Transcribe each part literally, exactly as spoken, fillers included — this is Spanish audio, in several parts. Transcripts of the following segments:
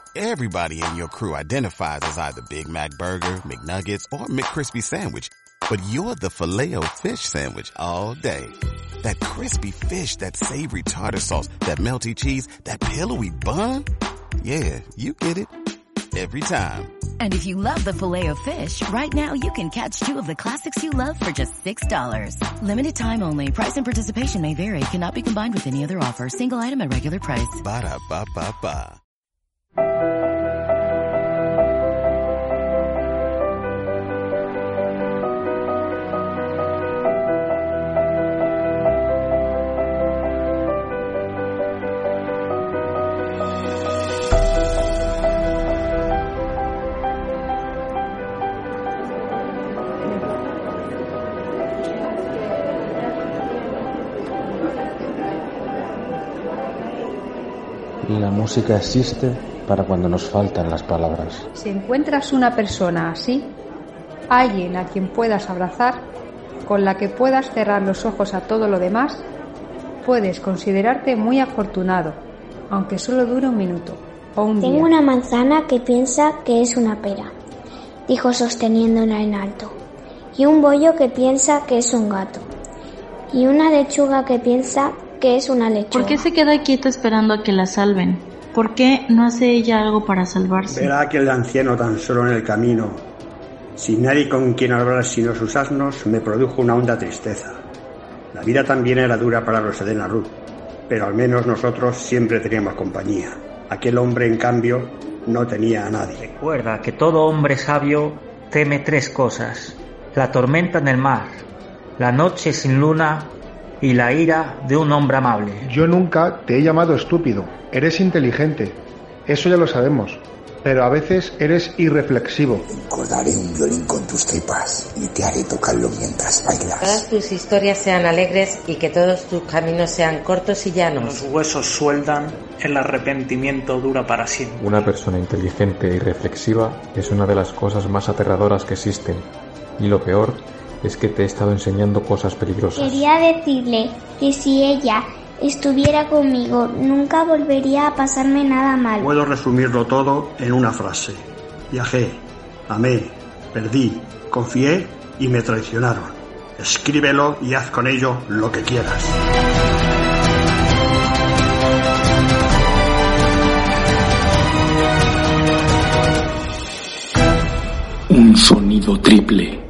Everybody in your crew identifies as either Big Mac Burger, McNuggets, or McCrispy Sandwich. But you're the Filet-O-Fish Sandwich all day. That crispy fish, that savory tartar sauce, that melty cheese, that pillowy bun. Yeah, you get it. Every time. And if you love the Filet-O-Fish, right now you can catch two of the classics you love for just six dollars. Limited time only. Price and participation may vary. Cannot be combined with any other offer. Single item at regular price. Ba-da-ba-ba-ba. La música existe para cuando nos faltan las palabras. Si encuentras una persona así, alguien a quien puedas abrazar, con la que puedas cerrar los ojos a todo lo demás, puedes considerarte muy afortunado, aunque solo dure un minuto o un día. Tengo una manzana que piensa que es una pera, dijo sosteniéndola en alto, y un bollo que piensa que es un gato, y una lechuga que piensa que es una lechuga. ¿Por qué se queda quieta esperando a que la salven? ¿Por qué no hace ella algo para salvarse? Verá aquel anciano tan solo en el camino, sin nadie con quien hablar sino sus asnos, me produjo una honda tristeza. La vida también era dura para los Edena Ruth, pero al menos nosotros siempre teníamos compañía. Aquel hombre, en cambio, no tenía a nadie. Recuerda que todo hombre sabio teme tres cosas: la tormenta en el mar, la noche sin luna y la ira de un hombre amable. Yo nunca te he llamado estúpido. Eres inteligente. Eso ya lo sabemos. Pero a veces eres irreflexivo. Encordaré un violín con tus tripas y te haré tocarlo mientras bailas. Que todas tus historias sean alegres y que todos tus caminos sean cortos y llanos. Los huesos sueldan, el arrepentimiento dura para siempre. Una persona inteligente y reflexiva es una de las cosas más aterradoras que existen. Y lo peor es que te he estado enseñando cosas peligrosas. Quería decirle que si ella estuviera conmigo, nunca volvería a pasarme nada mal. Puedo resumirlo todo en una frase. Viajé, amé, perdí, confié y me traicionaron. Escríbelo y haz con ello lo que quieras. Un sonido triple.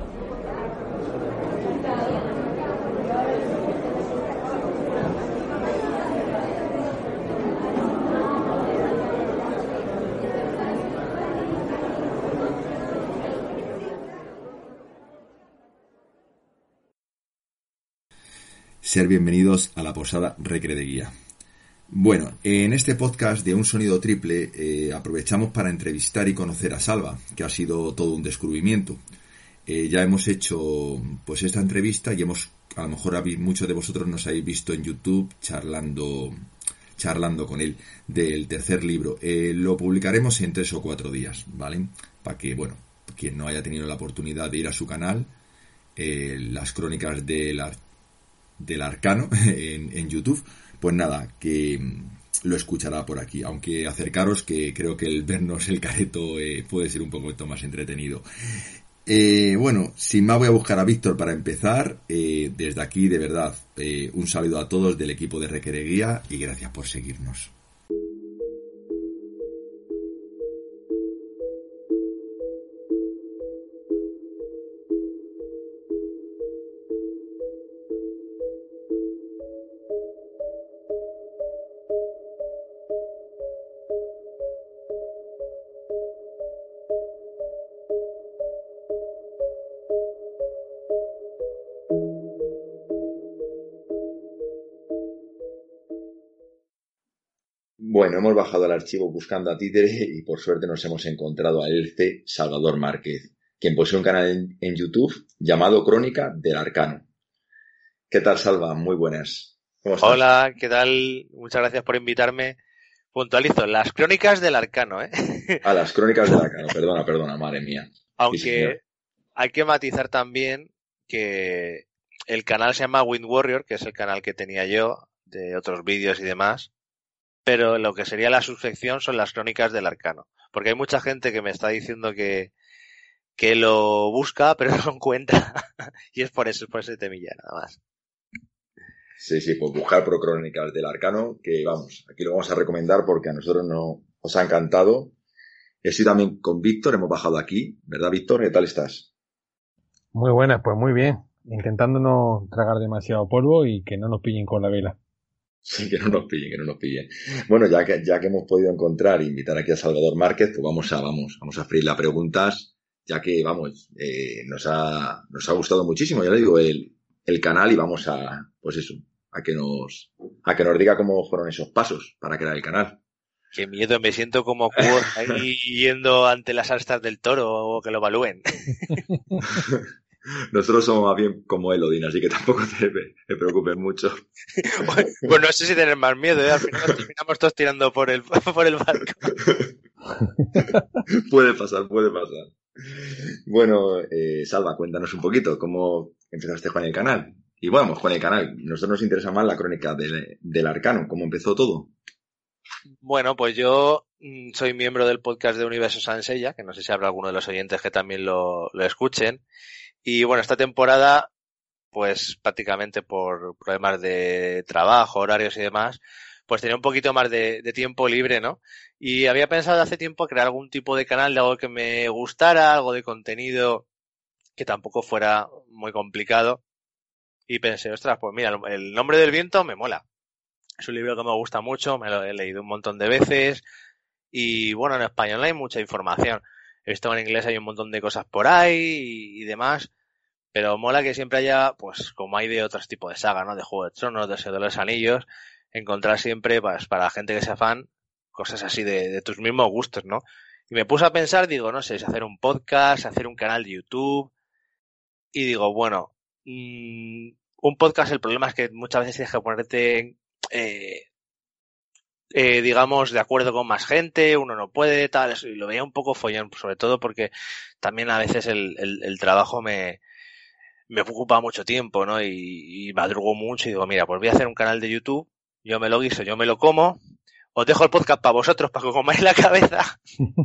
Ser bienvenidos a la posada Recre de Guía. Bueno, en este podcast de Un Sonido Triple eh, aprovechamos para entrevistar y conocer a Salva, que ha sido todo un descubrimiento. Eh, ya hemos hecho pues esta entrevista y hemos, a lo mejor muchos de vosotros nos habéis visto en YouTube charlando, charlando con él del tercer libro. Eh, lo publicaremos en tres o cuatro días, ¿vale? Para que, bueno, quien no haya tenido la oportunidad de ir a su canal, eh, las crónicas del la del Arcano en, en YouTube, pues nada, que lo escuchará por aquí, aunque acercaros que creo que el vernos el careto eh, puede ser un poco más entretenido. Eh, bueno, sin más voy a buscar a Víctor para empezar. Eh, desde aquí, de verdad, eh, un saludo a todos del equipo de Recre Guía y gracias por seguirnos. Bueno, hemos bajado el archivo buscando a Títere y por suerte nos hemos encontrado a Elce Salvador Márquez, quien posee un canal en, en YouTube llamado Crónica del Arcano. ¿Qué tal, Salva? Muy buenas. ¿Cómo estás? Hola, ¿qué tal? Muchas gracias por invitarme. Puntualizo, las Crónicas del Arcano, ¿eh? Ah, las Crónicas del Arcano, perdona, perdona, madre mía. Aunque sí, hay que matizar también que el canal se llama Wind Warrior, que es el canal que tenía yo, de otros vídeos y demás. pero lo que sería la subsección son las crónicas del arcano. Porque hay mucha gente que me está diciendo que, que lo busca, pero no lo encuentra. Y es por eso, es por ese temilla, nada más. Sí, sí, pues buscar por crónicas del arcano, que vamos, aquí lo vamos a recomendar porque a nosotros no, os ha encantado. Estoy también con Víctor, hemos bajado aquí, ¿verdad, Víctor? ¿Qué tal estás? Muy buenas, pues muy bien. Intentando no tragar demasiado polvo y que no nos pillen con la vela. Sí, que no nos pillen, que no nos pillen. Bueno, ya que, ya que hemos podido encontrar e invitar aquí a Salvador Márquez, pues vamos a, vamos, vamos a freír las preguntas, ya que, vamos, eh, nos ha, nos ha gustado muchísimo, ya le digo, el, el canal y vamos a, pues eso, a que nos, a que nos diga cómo fueron esos pasos para crear el canal. Qué miedo, me siento como Quor ahí yendo ante las astas del toro o que lo evalúen. Nosotros somos más bien como Elodin, así que tampoco te, te preocupes mucho. Pues no sé si tener más miedo, ¿eh? Al final nos terminamos todos tirando por el, por el barco. Puede pasar, puede pasar. Bueno, eh, Salva, cuéntanos un poquito cómo empezaste con el canal. Y bueno, con el canal, nosotros nos interesa más la crónica del, del arcano, cómo empezó todo. Bueno, pues yo mmm, soy miembro del podcast de Universo Sansella, que no sé si habrá alguno de los oyentes que también lo, lo escuchen. Y bueno, esta temporada, pues prácticamente por problemas de trabajo, horarios y demás, pues tenía un poquito más de, de tiempo libre, ¿no? Y había pensado hace tiempo crear algún tipo de canal de algo que me gustara, algo de contenido que tampoco fuera muy complicado. Y pensé, ostras, pues mira, El nombre del viento me mola. Es un libro que me gusta mucho, me lo he leído un montón de veces. Y bueno, en español hay mucha información. He visto en inglés hay un montón de cosas por ahí y, y demás, pero mola que siempre haya, pues como hay de otros tipos de saga, ¿no? De Juego de Tronos, de Señor de los Anillos, encontrar siempre, pues para la gente que sea fan, cosas así de, de tus mismos gustos, ¿no? Y me puse a pensar, digo, no sé, si hacer un podcast, hacer un canal de YouTube, y digo, bueno, mmm, un podcast, el problema es que muchas veces tienes que ponerte, eh, Eh, digamos, de acuerdo con más gente, uno no puede, tal, eso, y lo veía un poco follón, sobre todo porque también a veces el, el, el trabajo me, me ocupa mucho tiempo, ¿no? Y, y madrugo mucho y digo, mira, pues voy a hacer un canal de YouTube, yo me lo guiso, yo me lo como, os dejo el podcast para vosotros, para que os comáis la cabeza.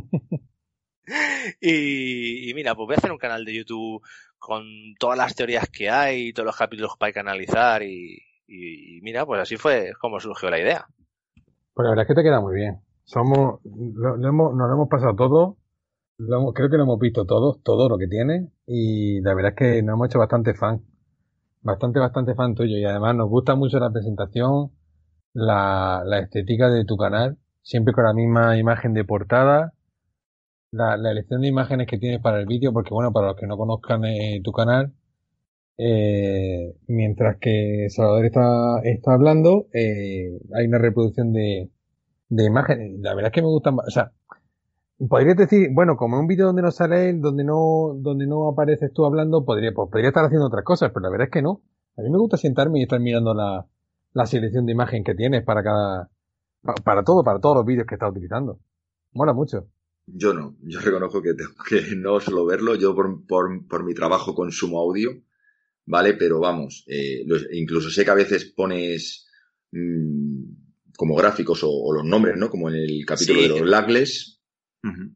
y, y mira, pues voy a hacer un canal de YouTube con todas las teorías que hay, todos los capítulos para canalizar y, y, y mira, pues así fue como surgió la idea. Pues la verdad es que te queda muy bien. Somos, lo, lo hemos, nos lo hemos pasado todo, lo hemos, creo que lo hemos visto todos, todo lo que tiene, y la verdad es que nos hemos hecho bastante fan, bastante, bastante fan tuyo, y además nos gusta mucho la presentación, la, la estética de tu canal, siempre con la misma imagen de portada, la, la elección de imágenes que tienes para el vídeo, porque bueno, para los que no conozcan eh, tu canal, Eh, mientras que Salvador está, está hablando, eh, hay una reproducción de, de imágenes. La verdad es que me gustan, o sea, podrías decir, bueno, como un vídeo donde no sale él, donde no, donde no apareces tú hablando, podría, pues podría estar haciendo otras cosas, pero la verdad es que no. A mí me gusta sentarme y estar mirando la, la selección de imagen que tienes para cada, para todo, para todos los vídeos que estás utilizando. Mola mucho. Yo no, yo reconozco que, tengo que no suelo verlo, yo por, por, por mi trabajo consumo audio. Vale, pero vamos, eh, los, incluso sé que a veces pones mmm, como gráficos o, o los nombres, ¿no? Como en el capítulo sí, de los Lagles. Uh-huh.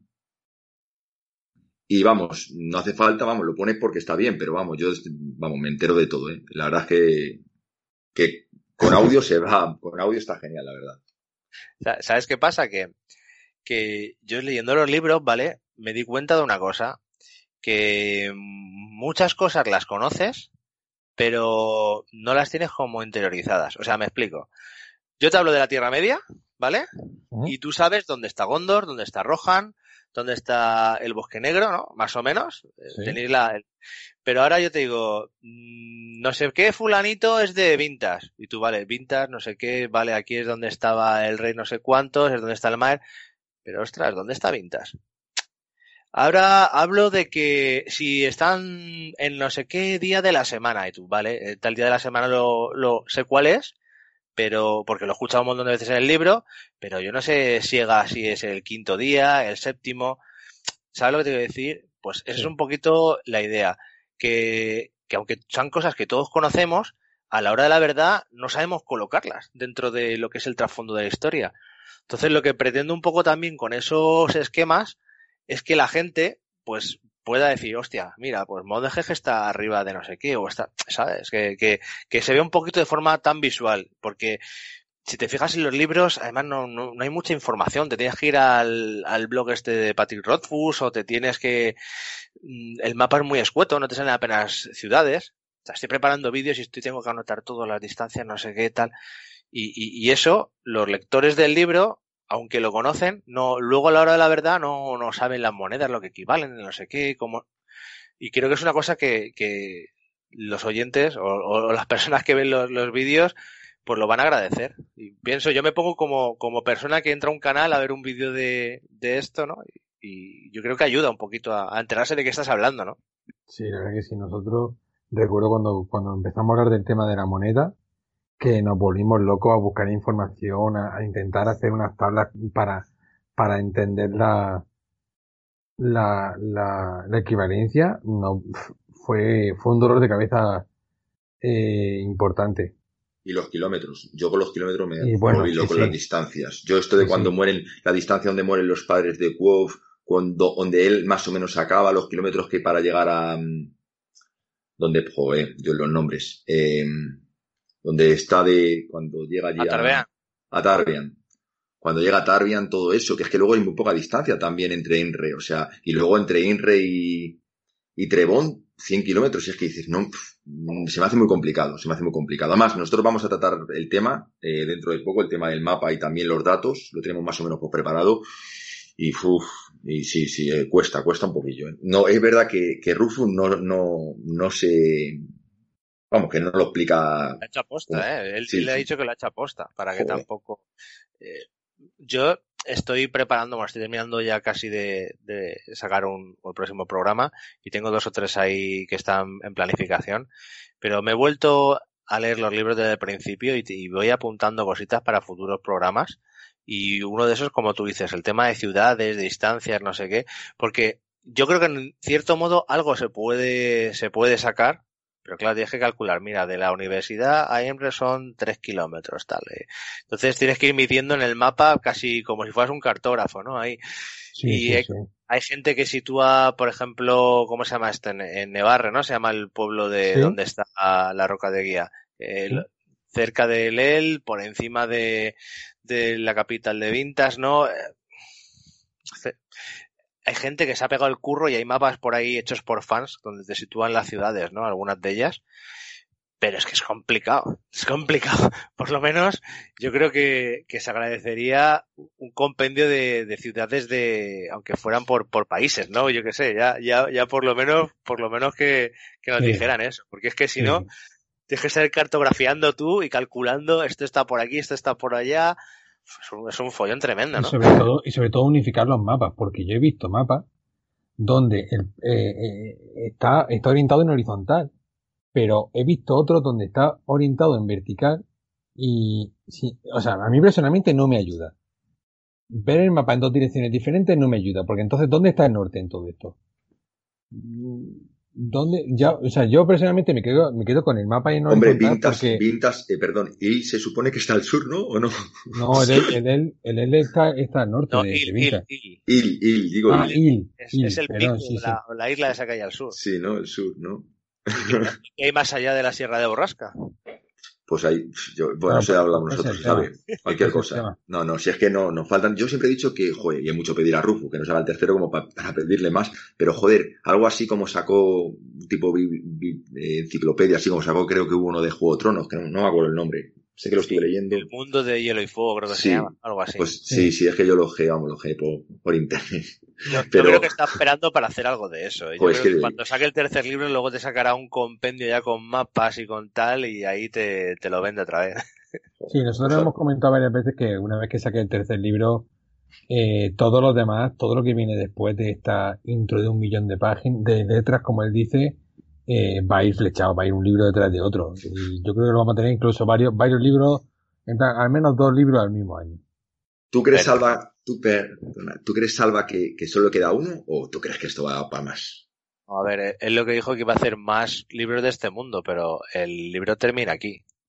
Y vamos, no hace falta, vamos, lo pones porque está bien, pero vamos, yo vamos, me entero de todo, ¿eh? La verdad es que, que con audio se va, con audio está genial, la verdad. ¿Sabes qué pasa? Que, que yo leyendo los libros, ¿vale? Me di cuenta de una cosa, que muchas cosas las conoces, pero no las tienes como interiorizadas. O sea, me explico. Yo te hablo de la Tierra Media, ¿vale? ¿Mm? Y tú sabes dónde está Gondor, dónde está Rohan, dónde está el Bosque Negro, ¿no? Más o menos. Sí. Tenéis la... Pero ahora yo te digo, no sé qué fulanito es de Vintas. Y tú, vale, Vintas, no sé qué, vale, aquí es donde estaba el rey no sé cuántos, es donde está el Maer. Pero ostras, ¿dónde está Vintas? Ahora hablo de que si están en no sé qué día de la semana, y tú, vale, tal día de la semana lo, lo sé cuál es, pero porque lo he escuchado un montón de veces en el libro, pero yo no sé si llega si es el quinto día, el séptimo. ¿Sabes lo que te quiero decir? Pues esa sí. Es un poquito la idea, que, que aunque son cosas que todos conocemos, a la hora de la verdad no sabemos colocarlas dentro de lo que es el trasfondo de la historia. Entonces lo que pretendo un poco también con esos esquemas es que la gente pues pueda decir, hostia, mira, pues Mondejeje está arriba de no sé qué, o está, ¿sabes? Que, que, que se vea un poquito de forma tan visual, porque si te fijas en los libros, además no, no, no hay mucha información, te tienes que ir al, al blog este de Patrick Rothfuss, o te tienes que, el mapa es muy escueto, no te salen apenas ciudades, o sea, estoy preparando vídeos y estoy, tengo que anotar todas las distancias, no sé qué, tal, y, y, y eso, los lectores del libro, aunque lo conocen, no, luego a la hora de la verdad no, no saben las monedas, lo que equivalen, no sé qué, cómo, y creo que es una cosa que, que los oyentes o, o las personas que ven los, los vídeos pues lo van a agradecer. Y pienso, yo me pongo como, como persona que entra a un canal a ver un vídeo de, de esto, ¿no? Y, y yo creo que ayuda un poquito a, a enterarse de qué estás hablando, ¿no? Sí, la verdad que sí. Nosotros, recuerdo cuando, cuando empezamos a hablar del tema de la moneda, que nos volvimos locos a buscar información, a, a intentar hacer unas tablas para, para entender la, la, la, la equivalencia. No, fue, fue un dolor de cabeza eh, importante. Y los kilómetros. Yo con los kilómetros me y bueno, volví loco sí, con sí. las distancias. Yo esto de sí, cuando sí. mueren, la distancia donde mueren los padres de Quoth, cuando, donde él más o menos acaba, los kilómetros que para llegar a... Donde, joder, Dios, los nombres. Eh, donde está de... Cuando llega allí a... Tarbean. A, a Tarbean. Cuando llega a Tarbean, todo eso, que es que luego hay muy poca distancia también entre Inre, o sea, y luego entre Inre y, y Trebón, cien kilómetros, y es que dices, no, se me hace muy complicado, se me hace muy complicado. Además, nosotros vamos a tratar el tema, eh, dentro de poco, el tema del mapa y también los datos, lo tenemos más o menos pues preparado, y uff, y sí, sí, eh, cuesta, cuesta un poquillo. ¿eh? No, es verdad que, que Rufus no, no, no se, vamos, que no lo explica. Lo ha hecho aposta, como, eh, él sí, le sí. ha dicho que lo ha hecho aposta, para Joder. que tampoco, eh, yo estoy preparando, bueno, estoy terminando ya casi de, de sacar un, un próximo programa y tengo dos o tres ahí que están en planificación, pero me he vuelto a leer los libros desde el principio y, y voy apuntando cositas para futuros programas y uno de esos, como tú dices, el tema de ciudades, de distancias, no sé qué, porque yo creo que en cierto modo algo se puede, se puede sacar. Pero claro, tienes que calcular, mira, de la universidad a Emre son tres kilómetros, tal. ¿eh? Entonces tienes que ir midiendo en el mapa casi como si fueras un cartógrafo, ¿no? Ahí. Sí, y sí, hay, sí. hay gente que sitúa, por ejemplo, ¿cómo se llama este? En, en Nevarre, ¿no? Se llama el pueblo de ¿Sí? donde está la Roca de Guía. El, ¿Sí? Cerca de Lel, por encima de, de la capital de Vintas, ¿no? Hay gente que se ha pegado el curro y hay mapas por ahí hechos por fans donde te sitúan las ciudades, ¿no? Algunas de ellas. Pero es que es complicado. Es complicado. Por lo menos yo creo que, que se agradecería un compendio de, de ciudades de, aunque fueran por, por países, ¿no? Yo qué sé, ya, ya, ya por lo menos, por lo menos que, que nos sí. dijeran eso. Porque es que si sí. no, tienes que estar cartografiando tú y calculando esto está por aquí, esto está por allá. Es un, es un follón tremendo, ¿no? Y sobre todo, y sobre todo unificar los mapas, porque yo he visto mapas donde el, eh, eh, está, está orientado en horizontal, pero he visto otros donde está orientado en vertical y, sí, o sea, a mí personalmente no me ayuda. Ver el mapa en dos direcciones diferentes no me ayuda, porque entonces, ¿dónde está el norte en todo esto? ¿Dónde? Ya, o sea, yo personalmente me quedo, me quedo con el mapa en Hombre, horizontal Vintas, porque... Vintas, eh, perdón, y se supone que está al sur, ¿no? ¿O no? No, el el el, el, el está, está al norte no, de, Il, de Vintas. Il, Il, Il, digo ah, Il. Il, es, Il, es el perdón, pico, sí, la, sí. la isla esa que hay al sur. Sí, ¿no? El sur, ¿no? ¿Y hay más allá de la Sierra de Borrasca? Pues ahí, yo, bueno, No, eso ya hablamos pues nosotros, es ¿sabes? Cualquier Pues cosa. No, no, si es que no, nos faltan, yo siempre he dicho que, joder, y hay mucho pedir a Rufo, que nos haga el tercero como pa, para pedirle más, pero joder, algo así como sacó, tipo bi, bi, eh, enciclopedia, así como sacó, creo que hubo uno de Juego de Tronos, que no, no me acuerdo el nombre. Sé que lo estuve leyendo. El mundo de hielo y fuego, creo que sí, se llama, algo así. Pues sí, sí, sí es que yo lo ge, vamos, lo ge por, por internet. Yo, pero... yo creo que está esperando para hacer algo de eso. Yo pues creo que, que cuando saque el tercer libro, luego te sacará un compendio ya con mapas y con tal, y ahí te, te lo vende otra vez. Sí, nosotros pues, hemos comentado varias veces que una vez que saque el tercer libro, eh, todo lo demás, todo lo que viene después de esta intro de un millón de páginas, de letras, como él dice, eh, va a ir flechado, va a ir un libro detrás de otro. Y yo creo que lo vamos a tener incluso varios, varios libros, al menos dos libros al mismo año. ¿Tú crees, Pero... Salva, tú, ¿tú crees, Salva, que, que solo queda uno o tú crees que esto va para más? A ver, él lo que dijo que iba a hacer más libros de este mundo, pero el libro termina aquí.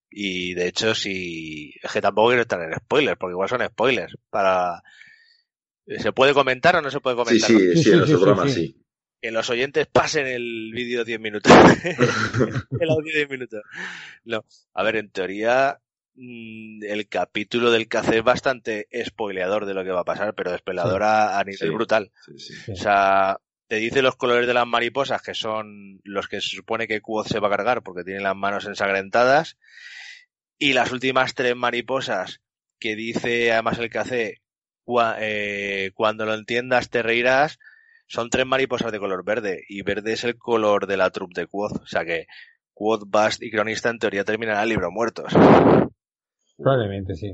Y de hecho, si es que tampoco quiero estar en spoilers, porque igual son spoilers. Para ¿Se puede comentar o no se puede comentar? Sí, sí, sí, sí, en nuestro programa sí. sí. Que los oyentes pasen el vídeo diez minutos. El audio diez minutos. No, a ver, en teoría el capítulo del C A C es bastante spoileador de lo que va a pasar, pero spoileador sí. a, a nivel sí. brutal. Sí, sí. O sea, te dice los colores de las mariposas, que son los que se supone que Quoth se va a cargar porque tiene las manos ensangrentadas, y las últimas tres mariposas que dice además el C A C, eh, cuando lo entiendas te reirás, son tres mariposas de color verde, y verde es el color de la troupe de Quoth. O sea que Quoth, Bast y Cronista en teoría terminarán el libro muertos. Probablemente sí.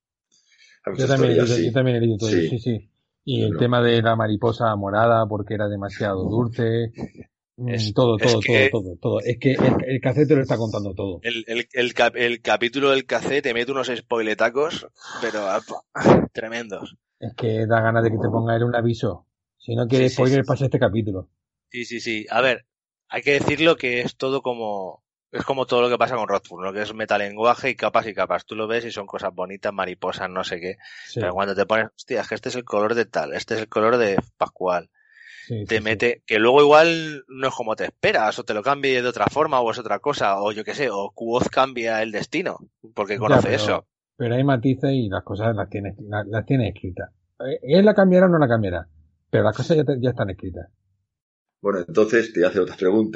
Yo también, yo, sí. yo también he leído todo sí. sí, sí. Y no, el no. tema de la mariposa morada porque era demasiado dulce. Es, todo, todo, que, todo, todo, todo. Es que el, el C A C te lo está contando todo. El, el, el, cap, el capítulo del C A C te mete unos spoiletacos, pero apa, tremendos. Es que da ganas de que te ponga él un aviso. Si no quieres sí, spoiler, sí, sí. pasa este capítulo. Sí, sí, sí. A ver, hay que decirlo que es todo como... Es como todo lo que pasa con Rothfuss, ¿no? Que es metalenguaje y capas y capas. Tú lo ves y son cosas bonitas, mariposas, no sé qué. Sí. Pero cuando te pones, hostia, es que este es el color de tal, este es el color de Pascual. Sí, te sí, mete, sí. que luego igual no es como te esperas, o te lo cambie de otra forma, o es otra cosa, o yo qué sé, o Quoth cambia el destino, porque conoce ya, pero, eso. Pero hay matices y las cosas las tiene, las, las tiene escritas. Él la cambiará o no la cambiará, pero las cosas ya, te, ya están escritas. Bueno, entonces te voy a hacer otra pregunta.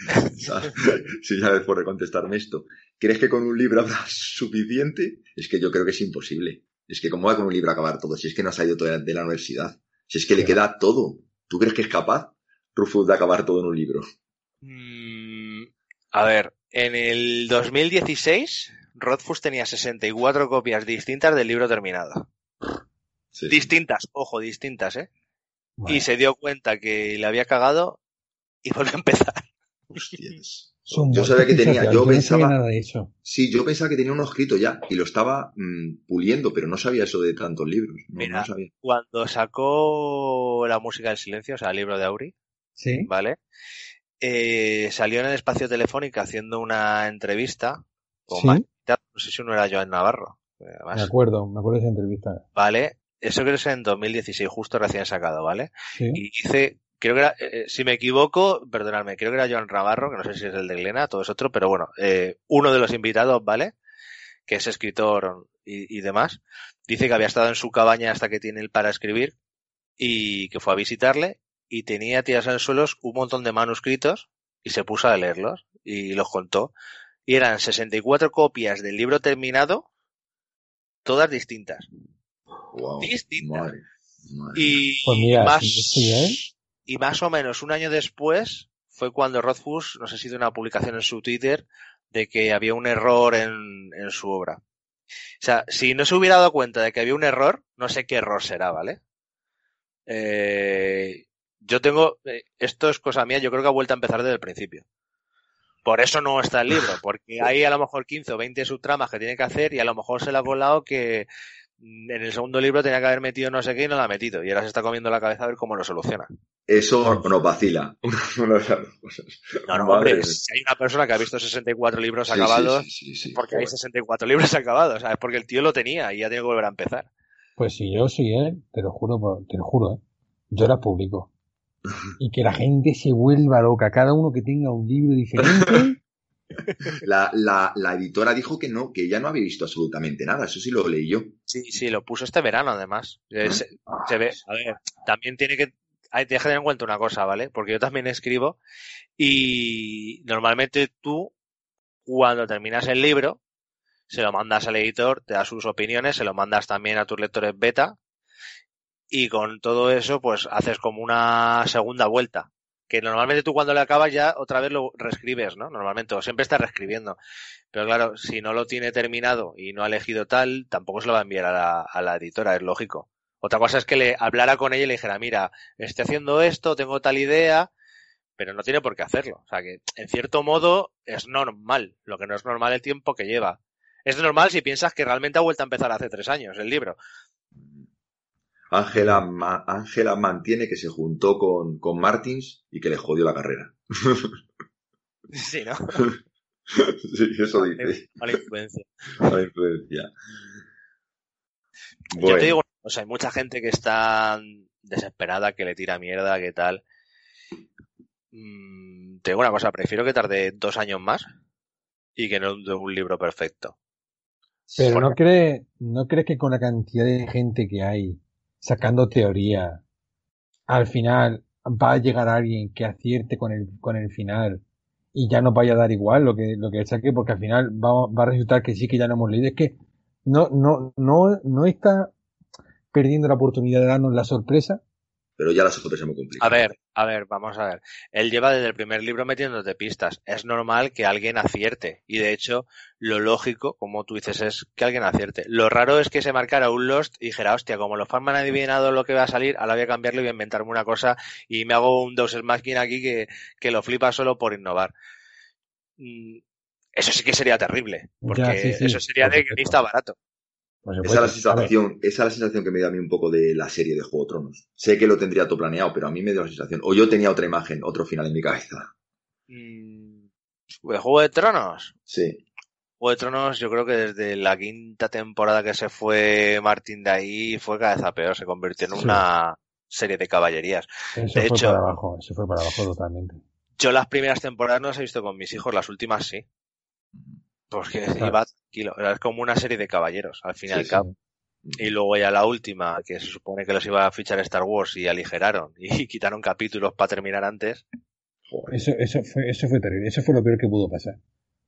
Si ya después de contestarme esto. ¿Crees que con un libro habrá suficiente? Es que yo creo que es imposible. Es que ¿cómo va con un libro a acabar todo? Si es que no ha salido todavía de la universidad. Si es que le queda todo. ¿Tú crees que es capaz, Rothfuss, de acabar todo en un libro? Mm, a ver, en el dos mil dieciséis, Rothfuss tenía sesenta y cuatro copias distintas del libro terminado. Sí, distintas, sí. Ojo, distintas, ¿eh? Bueno. Y se dio cuenta que le había cagado y volvió a empezar. Hostias. Yo sabía que tenía, yo, yo pensaba, no nada de eso. Sí, yo pensaba que tenía uno escrito ya y lo estaba mmm, puliendo, pero no sabía eso de tantos libros. No, Mira, no sabía. Cuando sacó La música del silencio, o sea, el libro de Auri, ¿sí? ¿Vale? Eh, salió en el espacio telefónico haciendo una entrevista con ¿sí? más, no sé si uno era Joan Navarro. Además, me acuerdo, me acuerdo de esa entrevista. Vale. Eso creo que es en dos mil dieciséis, justo recién sacado, ¿vale? Sí. Y dice, creo que era, eh, si me equivoco, perdonadme, creo que era Joan Navarro, que no sé si es el de Glena, todo es otro, pero bueno, eh, uno de los invitados, ¿vale? Que es escritor y, y demás, dice que había estado en su cabaña hasta que tiene él para escribir y que fue a visitarle y tenía tirados en el suelo un montón de manuscritos y se puso a leerlos y los contó. Y eran sesenta y cuatro copias del libro terminado, todas distintas. Wow, distintas. Madre, madre. Y, pues mira, más, sí, sí, ¿eh? y más o menos un año después fue cuando Rothfuss, no sé si de una publicación en su Twitter, de que había un error en, en su obra. O sea, si no se hubiera dado cuenta de que había un error, no sé qué error será, ¿vale? Eh, yo tengo, eh, esto es cosa mía, yo creo que ha vuelto a empezar desde el principio. Por eso no está el libro, porque hay a lo mejor quince o veinte subtramas que tiene que hacer y a lo mejor se le ha colado que en el segundo libro tenía que haber metido no sé qué y no lo ha metido. Y ahora se está comiendo la cabeza a ver cómo lo soluciona. Eso nos vacila. No, no, hombre, si hay una persona que ha visto sesenta y cuatro libros sí, acabados, sí, sí, sí, sí, porque joder. Hay sesenta y cuatro libros acabados, ¿sabes? Porque el tío lo tenía y ya tiene que volver a empezar. Pues si yo sí, ¿eh? Te lo juro, te lo juro, ¿eh? Yo la publico. Y que la gente se vuelva loca, cada uno que tenga un libro diferente. La, la, la editora dijo que no, que ella no había visto absolutamente nada, eso sí lo leí yo. Sí, sí, lo puso este verano además. ¿Ah? Se, se ve, a ver, también tiene que, hay que tener en cuenta una cosa, ¿vale? Porque yo también escribo y normalmente tú, cuando terminas el libro, se lo mandas al editor, te das sus opiniones, se lo mandas también a tus lectores beta y con todo eso pues haces como una segunda vuelta. Que normalmente tú cuando le acabas ya otra vez lo reescribes, ¿no? Normalmente, o siempre estás reescribiendo. Pero claro, si no lo tiene terminado y no ha elegido tal, tampoco se lo va a enviar a la, a la editora, es lógico. Otra cosa es que le hablara con ella y le dijera, mira, estoy haciendo esto, tengo tal idea, pero no tiene por qué hacerlo. O sea que, en cierto modo, es normal. Lo que no es normal el tiempo que lleva. Es normal si piensas que realmente ha vuelto a empezar hace tres años el libro. Ángela ma, Ángela mantiene que se juntó con, con Martins y que le jodió la carrera. Sí, ¿no? Sí, eso dice. Mala influencia. Mala influencia. Bueno. Yo te digo, o sea, hay mucha gente que está desesperada, que le tira mierda, que tal. Mm, te digo una cosa, prefiero que tarde dos años más y que no de un libro perfecto. Pero Porque... ¿no crees no crees que con la cantidad de gente que hay sacando teoría, al final va a llegar alguien que acierte con el con el final y ya nos vaya a dar igual lo que lo que saque, porque al final va, va a resultar que sí que ya no hemos leído? Es que no no no no está perdiendo la oportunidad de darnos la sorpresa. Pero ya la sorpresa es muy complicada. A ver, a ver, vamos a ver. Él lleva desde el primer libro metiéndote pistas. Es normal que alguien acierte. Y de hecho, lo lógico, como tú dices, es que alguien acierte. Lo raro es que se marcara un Lost y dijera, hostia, como los fans me han adivinado lo que va a salir, ahora voy a cambiarlo y voy a inventarme una cosa y me hago un Deus Ex Machina aquí que, que lo flipa solo por innovar. Eso sí que sería terrible. Porque ya, sí, sí, eso sería de guionista barato. Esa es, la sensación, esa es la sensación que me dio a mí un poco de la serie de Juego de Tronos. Sé que lo tendría todo planeado, pero a mí me dio la sensación. O yo tenía otra imagen, otro final en mi cabeza. ¿De Juego de Tronos? Sí. Juego de Tronos, yo creo que desde la quinta temporada que se fue Martín de ahí, fue cada vez peor. Se convirtió en sí. una serie de caballerías. Eso de fue hecho, para abajo, eso fue para abajo totalmente. Yo las primeras temporadas no las he visto con mis hijos, las últimas sí. Porque claro. iba tranquilo, es como una serie de caballeros, al fin y sí, al cabo. Sí. Y luego ya la última, que se supone que los iba a fichar Star Wars y aligeraron y quitaron capítulos para terminar antes. Eso, eso fue, eso fue terrible, eso fue lo peor que pudo pasar.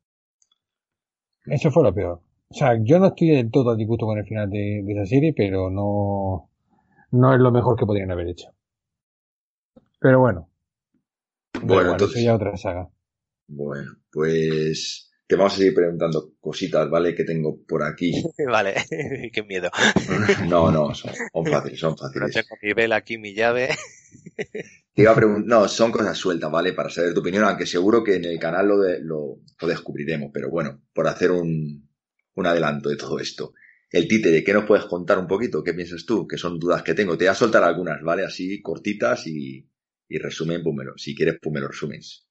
Eso fue lo peor. O sea, yo no estoy del todo a disgusto con el final de, de esa serie, pero no, no es lo mejor que podrían haber hecho. Pero bueno. Bueno, igual, entonces. Eso ya otra saga. Bueno, pues. Te vamos a seguir preguntando cositas, ¿vale? Que tengo por aquí. Vale, qué miedo. No, no, son, son fáciles, son fáciles. No tengo mi vela aquí, mi llave. Te iba a preguntar, no, son cosas sueltas, ¿vale? Para saber tu opinión, aunque seguro que en el canal lo, de, lo, lo descubriremos, pero bueno, por hacer un, un adelanto de todo esto. El títere, ¿qué nos puedes contar un poquito? ¿Qué piensas tú? Que son dudas que tengo. Te voy a soltar algunas, ¿vale? Así cortitas y, y resumen, pues me lo, si quieres, pues me lo resumes.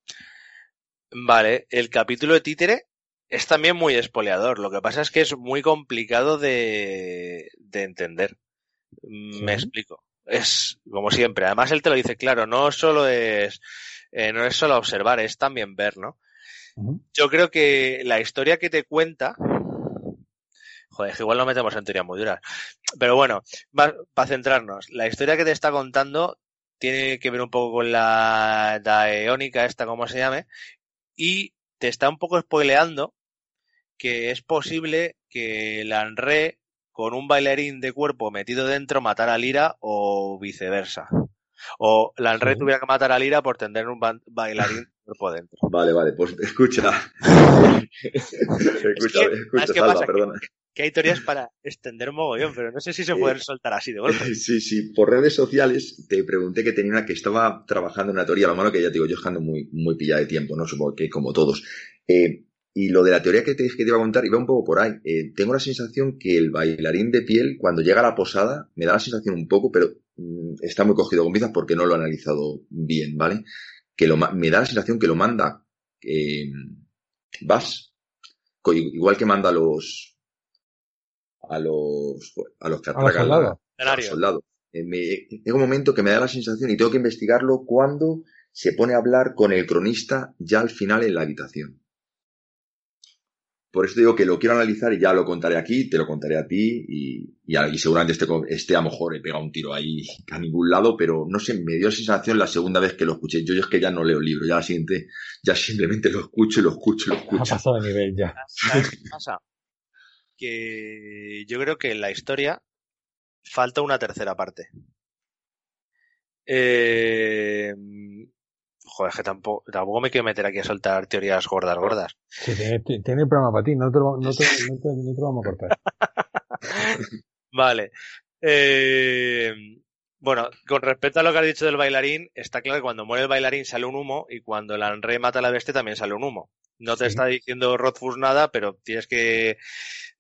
Vale, el capítulo de títere es también muy espoleador. Lo que pasa es que es muy complicado de, de entender. ¿Sí? Me explico. Es como siempre. Además él te lo dice claro. No solo es, eh, no es solo observar, es también ver, ¿no? Uh-huh. Yo creo que la historia que te cuenta, joder, que igual no metemos en teoría muy duras. Pero bueno, para centrarnos, la historia que te está contando tiene que ver un poco con la daeónica esta, como se llame. Y te está un poco spoileando que es posible que Lanre con un bailarín de cuerpo metido dentro matara a Lyra o viceversa. O Lanre sí. tuviera que matar a Lyra por tener un ba- bailarín de cuerpo dentro. Vale, vale, pues escucha. escucha, es que, escucha, ¿qué Salva, pasa? perdona. Que, que hay teorías para extender mogollón, pero no sé si se pueden soltar así de golpe. Sí, sí, por redes sociales te pregunté que tenía una que estaba trabajando en una teoría, lo malo que ya te digo, yo ando muy, muy pillada de tiempo, ¿no? Supongo que como todos. Eh, y lo de la teoría que te, que te iba a contar iba un poco por ahí. Eh, tengo la sensación que el bailarín de piel, cuando llega a la posada, me da la sensación un poco, pero mmm, está muy cogido con pinzas porque no lo he analizado bien, ¿vale? Que lo, me da la sensación que lo manda eh, Vas, igual que manda a los a los a los que atracan a los, a los soldados. Eh, me, llega un momento que me da la sensación, y tengo que investigarlo, cuando se pone a hablar con el cronista ya al final en la habitación. Por eso te digo que lo quiero analizar y ya lo contaré aquí, te lo contaré a ti y, y, y seguramente este, este a lo mejor he pegado un tiro ahí a ningún lado, pero no sé, me dio sensación la segunda vez que lo escuché. Yo, yo es que ya no leo el libro, ya la siguiente, ya simplemente lo escucho y lo escucho y lo escucho. Ha pasado de nivel ya. ¿Sabes qué pasa? Que yo creo que en la historia falta una tercera parte. Eh... Joder, es que tampoco, tampoco me quiero meter aquí a soltar teorías gordas, gordas. Sí, tiene, tiene el programa para ti, no te lo, no te, no te, no te lo vamos a cortar. Vale. Eh, bueno, con respecto a lo que has dicho del bailarín, está claro que cuando muere el bailarín sale un humo y cuando el Lanre mata a la bestia también sale un humo. No te sí. está diciendo Rothfuss nada, pero tienes que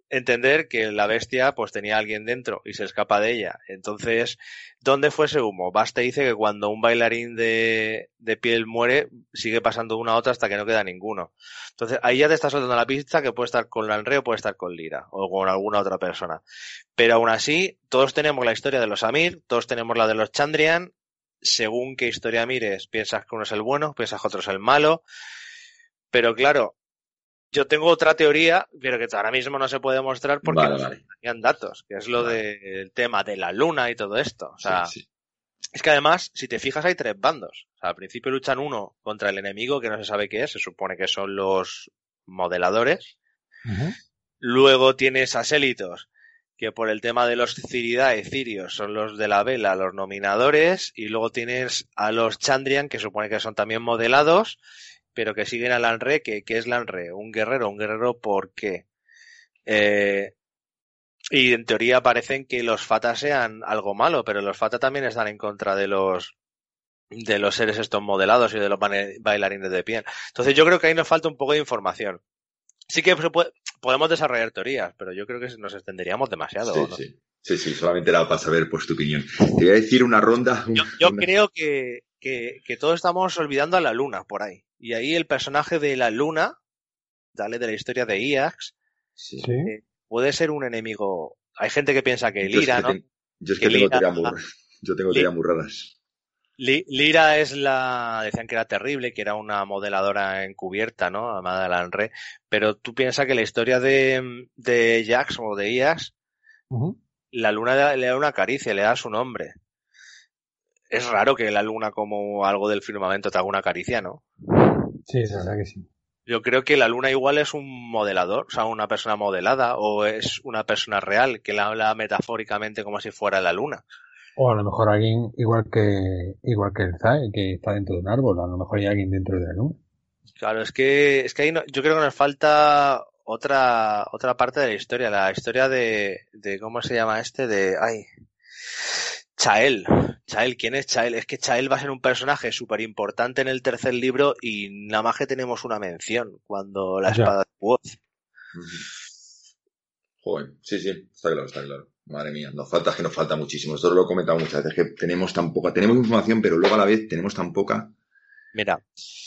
entender que la bestia pues tenía a alguien dentro y se escapa de ella. Entonces, ¿dónde fue ese humo? Basta dice que cuando un bailarín de, de piel muere, sigue pasando de una a otra hasta que no queda ninguno. Entonces, ahí ya te estás soltando la pista que puede estar con Lanre o puede estar con Lyra o con alguna otra persona. Pero aún así, todos tenemos la historia de los Amir, todos tenemos la de los Chandrian. Según qué historia mires, piensas que uno es el bueno, piensas que otro es el malo. Pero claro, yo tengo otra teoría, pero que ahora mismo no se puede mostrar porque vale, no vale. tenían datos, que es lo vale. del tema de la luna y todo esto. O sea, sí, sí. es que además, si te fijas, hay tres bandos. O sea, al principio luchan uno contra el enemigo, que no se sabe qué es, se supone que son los modeladores. Uh-huh. Luego tienes a Sélitos, que por el tema de los Ciridae, Cirios, son los de la vela, los nominadores. Y luego tienes a los Chandrian, que supone que son también modelados, pero que siguen a Lanre, que ¿qué es Lanre? Un guerrero, un guerrero ¿por qué? Eh, y en teoría parecen que los Fata sean algo malo, pero los Fata también están en contra de los de los seres estos modelados y de los bailarines de piel. Entonces yo creo que ahí nos falta un poco de información. Sí que se puede, podemos desarrollar teorías, pero yo creo que nos extenderíamos demasiado. Sí, ¿no? sí, sí, sí, solamente era para saber pues tu opinión. Te voy a decir una ronda. Yo, yo una... creo que, que, que todos estamos olvidando a la luna por ahí. Y ahí el personaje de la luna, dale de la historia de Iax, sí. eh, puede ser un enemigo. Hay gente que piensa que Lyra, ¿no? Ten... Yo es que, que tengo Lyra... teorías muy... Yo tengo teorías muy raras. Lyra es la... Decían que era terrible, que era una modeladora encubierta, ¿no? Amada de Lanre. Pero tú piensas que la historia de, de Jax o de Iax, uh-huh. la luna le da una caricia, le da su nombre. Es raro que la luna como algo del firmamento te haga una caricia, ¿no? Sí, la verdad que sí. Yo creo que la luna igual es un modelador, o sea, una persona modelada, o es una persona real que la habla metafóricamente como si fuera la luna. O a lo mejor alguien igual que igual que el Zae, que está dentro de un árbol, a lo mejor hay alguien dentro de la luna. Claro, es que es que ahí no, yo creo que nos falta otra otra parte de la historia, la historia de, de ¿cómo se llama este? De ay Chael. Chael, ¿quién es Chael? Es que Chael va a ser un personaje súper importante en el tercer libro y nada más que tenemos una mención cuando la espada de Woz. Joder, sí, sí, está claro, está claro. Madre mía, nos falta, es que nos falta muchísimo. Esto lo he comentado muchas veces, que tenemos tan poca, tenemos información, pero luego a la vez tenemos tan poca. Mira,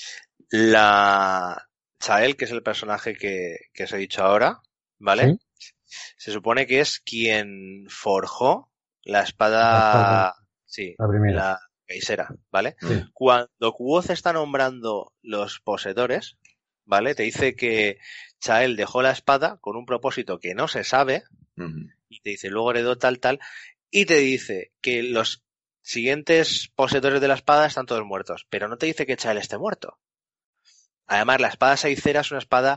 la Chael, que es el personaje que, que os he dicho ahora, ¿vale? ¿Sí? Se supone que es quien forjó la espada, sí, la primera, la Geisera, ¿vale? Sí. Cuando Quoth está nombrando los poseedores, ¿vale? Te dice que Chael dejó la espada con un propósito que no se sabe, uh-huh. y te dice, luego heredó tal, tal, y te dice que los siguientes poseedores de la espada están todos muertos, pero no te dice que Chael esté muerto. Además, la espada Seicera es una espada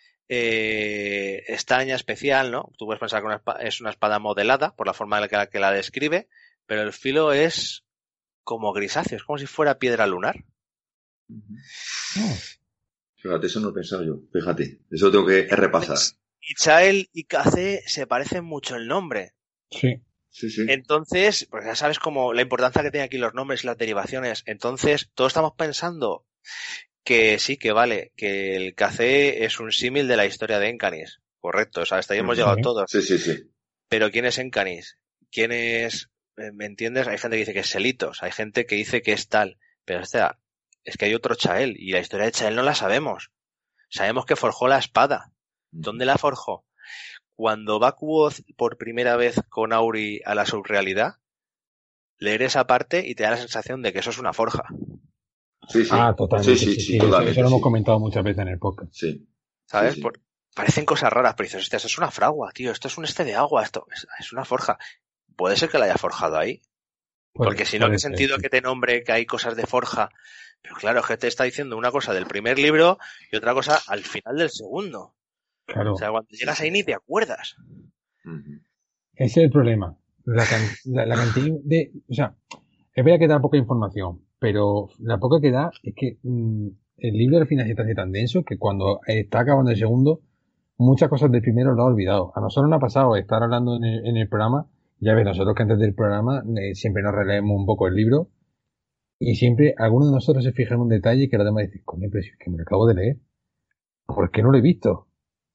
eh, extraña, especial, ¿no? Tú puedes pensar que una espada, es una espada modelada por la forma en la que la, que la describe, pero el filo es como grisáceo, es como si fuera piedra lunar. Uh-huh. Oh. Fíjate, eso no lo he pensado yo. Fíjate, eso tengo que repasar. Y Chael y Kha'Zeh se parecen mucho el nombre. Sí. Sí, sí. Entonces, pues ya sabes como la importancia que tienen aquí los nombres y las derivaciones. Entonces, todos estamos pensando que sí, que vale, que el Kha'Zeh es un símil de la historia de Encanis. Correcto, o sea, hasta ahí hemos sí. llegado todos. Sí, sí, sí. Pero ¿quién es Encanis? ¿Quién es...? ¿Me entiendes? Hay gente que dice que es Selitos, hay gente que dice que es tal. Pero, o sea, es que hay otro Chael, y la historia de Chael no la sabemos. Sabemos que forjó la espada. ¿Dónde la forjó? Cuando va Quoth por primera vez con Auri a la subrealidad, leer esa parte y te da la sensación de que eso es una forja. Sí, sí. Ah, totalmente. Sí, sí, sí, sí, sí, totalmente, eso lo hemos sí. comentado muchas veces en el podcast. Sí. ¿Sabes? Sí, sí. Por, parecen cosas raras, pero dices, hostia, esto es una fragua, tío, esto es un este de agua, esto es, es una forja. Puede ser que la haya forjado ahí. Puede, Porque si no, ¿qué sentido ser, sí. que te nombre que hay cosas de forja? Pero claro, es que te está diciendo una cosa del primer libro y otra cosa al final del segundo. Claro. O sea, cuando llegas ahí ni te acuerdas. Uh-huh. Ese es el problema. La, can, la, la cantidad de... O sea, es verdad que da poca información, pero la poca que da es que mmm, el libro al final se hace tan denso que cuando está acabando el segundo, muchas cosas del primero lo ha olvidado. A nosotros nos ha pasado estar hablando en el, en el programa. Ya ves, nosotros que antes del programa eh, siempre nos releemos un poco el libro y siempre alguno de nosotros se fija en un detalle que los demás dicen, coño, pero si es que me lo acabo de leer. ¿Por qué no lo he visto?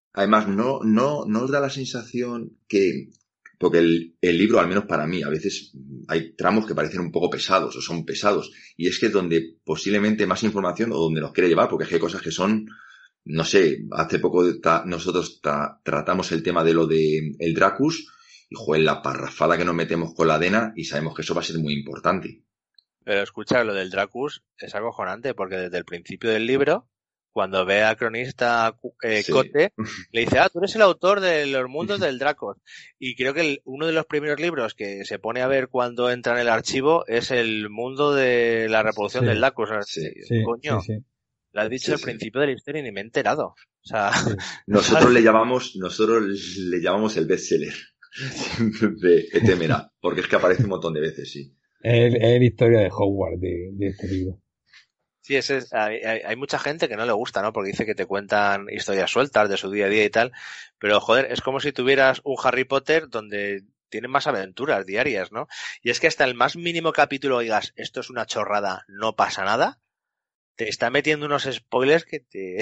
Además, no, no, no os da la sensación que, porque el, el libro, al menos para mí, a veces hay tramos que parecen un poco pesados o son pesados, y es que es donde posiblemente más información o donde nos quiere llevar, porque es que hay cosas que son, no sé, hace poco ta, nosotros ta, tratamos el tema de lo de el Dracus, y joder, la parrafada que nos metemos con la Dena, y sabemos que eso va a ser muy importante. Pero escucha, lo del Dracus es acojonante, porque desde el principio del libro, cuando ve al cronista eh, sí. Cote, le dice, ah, tú eres el autor de los mundos del Dracos. Y creo que el, uno de los primeros libros que se pone a ver cuando entra en el archivo es el mundo de la reproducción sí. del Dracos. Sí, sí, coño, sí, sí. Lo has dicho sí, al sí. principio de la historia y ni me he enterado. O sea, sí. nosotros le llamamos, nosotros le llamamos el bestseller de Etemera, porque es que aparece un montón de veces, sí. Es, es la historia de Hogwarts de, de este libro. Sí, ese es, hay, hay mucha gente que no le gusta, ¿no? Porque dice que te cuentan historias sueltas de su día a día y tal, pero joder, es como si tuvieras un Harry Potter donde tienen más aventuras diarias, ¿no? Y es que hasta el más mínimo capítulo digas, esto es una chorrada, no pasa nada, te está metiendo unos spoilers que te...